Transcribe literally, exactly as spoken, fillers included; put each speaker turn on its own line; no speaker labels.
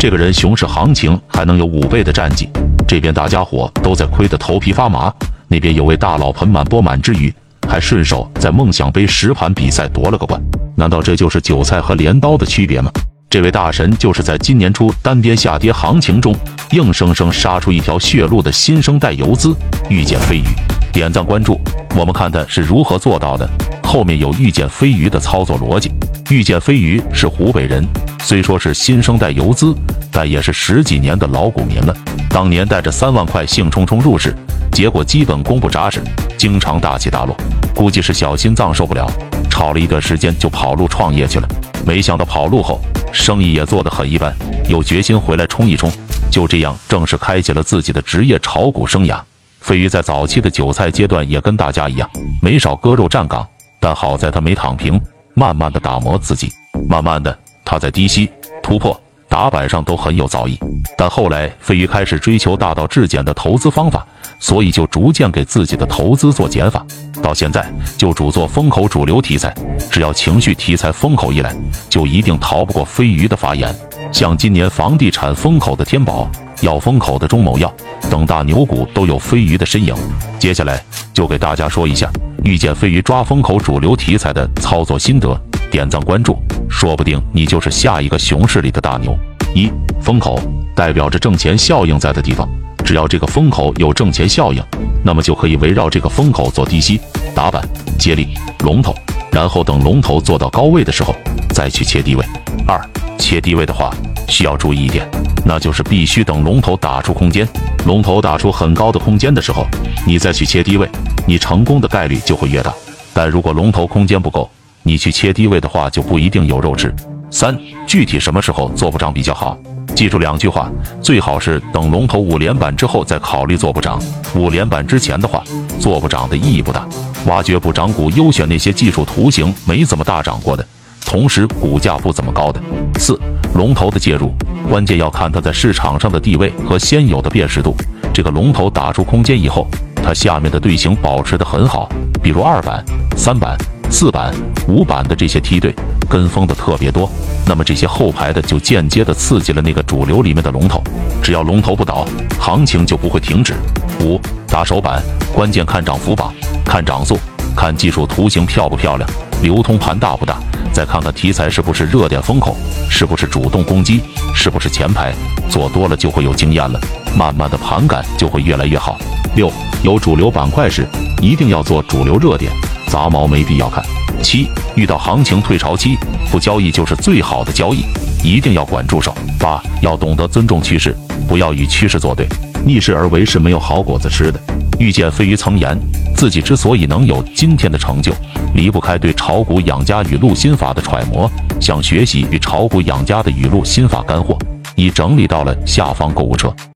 这个人熊市行情还能有五倍的战绩，这边大家伙都在亏得头皮发麻，那边有位大佬盆满钵满之余，还顺手在梦想杯实盘比赛夺了个冠。难道这就是韭菜和镰刀的区别吗？这位大神就是在今年初单边下跌行情中，硬生生杀出一条血路的新生代游资遇见飞鱼。点赞关注，我们看他是如何做到的。后面有遇见飞鱼的操作逻辑。遇见飞鱼是湖北人，虽说是新生代游资，但也是十几年的老股民了。当年带着三万块兴冲冲入市，结果基本功不扎实，经常大起大落，估计是小心脏受不了，炒了一段时间就跑路创业去了。没想到跑路后生意也做得很一般，有决心回来冲一冲，就这样正式开启了自己的职业炒股生涯。飞鱼在早期的韭菜阶段也跟大家一样，没少割肉站岗，但好在他没躺平，慢慢的打磨自己。慢慢的，他在低吸、突破、打板上都很有造诣。但后来飞鱼开始追求大道至简的投资方法，所以就逐渐给自己的投资做减法。到现在就主做风口主流题材，只要情绪题材风口一来，就一定逃不过飞鱼的发言。像今年房地产风口的天宝，要风口的中某药等大牛股都有飞鱼的身影。接下来就给大家说一下遇见飞鱼抓风口主流题材的操作心得，点赞关注，说不定你就是下一个熊市里的大牛。一、风口代表着挣钱效应在的地方，只要这个风口有挣钱效应，那么就可以围绕这个风口做低吸、打板、接力、龙头，然后等龙头做到高位的时候再去切低位。二、切低位的话需要注意一点，那就是必须等龙头打出空间，龙头打出很高的空间的时候，你再去切低位，你成功的概率就会越大。但如果龙头空间不够，你去切低位的话就不一定有肉吃。三、具体什么时候做不涨比较好？记住两句话，最好是等龙头五连板之后再考虑做不涨，五连板之前的话，做不涨的意义不大。挖掘补涨股，优选那些技术图形没怎么大涨过的，同时股价不怎么高的。四、龙头的介入，关键要看它在市场上的地位和现有的辨识度。这个龙头打出空间以后，它下面的队形保持得很好，比如二板、三板、四板、五板的这些梯队跟风的特别多，那么这些后排的就间接的刺激了那个主流里面的龙头，只要龙头不倒，行情就不会停止。五、打手板，关键看涨幅榜，看涨速，看技术图形漂不漂亮，流通盘大不大，再看看题材是不是热点风口，是不是主动攻击，是不是前排，做多了就会有经验了，慢慢的盘感就会越来越好。六、有主流板块时一定要做主流热点，杂毛没必要看。七、遇到行情退潮期，不交易就是最好的交易，一定要管住手。八、要懂得尊重趋势，不要与趋势作对，逆势而为是没有好果子吃的。遇见飞鱼曾言，自己之所以能有今天的成就，离不开对炒股养家语录心法的揣摩。想学习与炒股养家的语录心法干货，已整理到了下方购物车。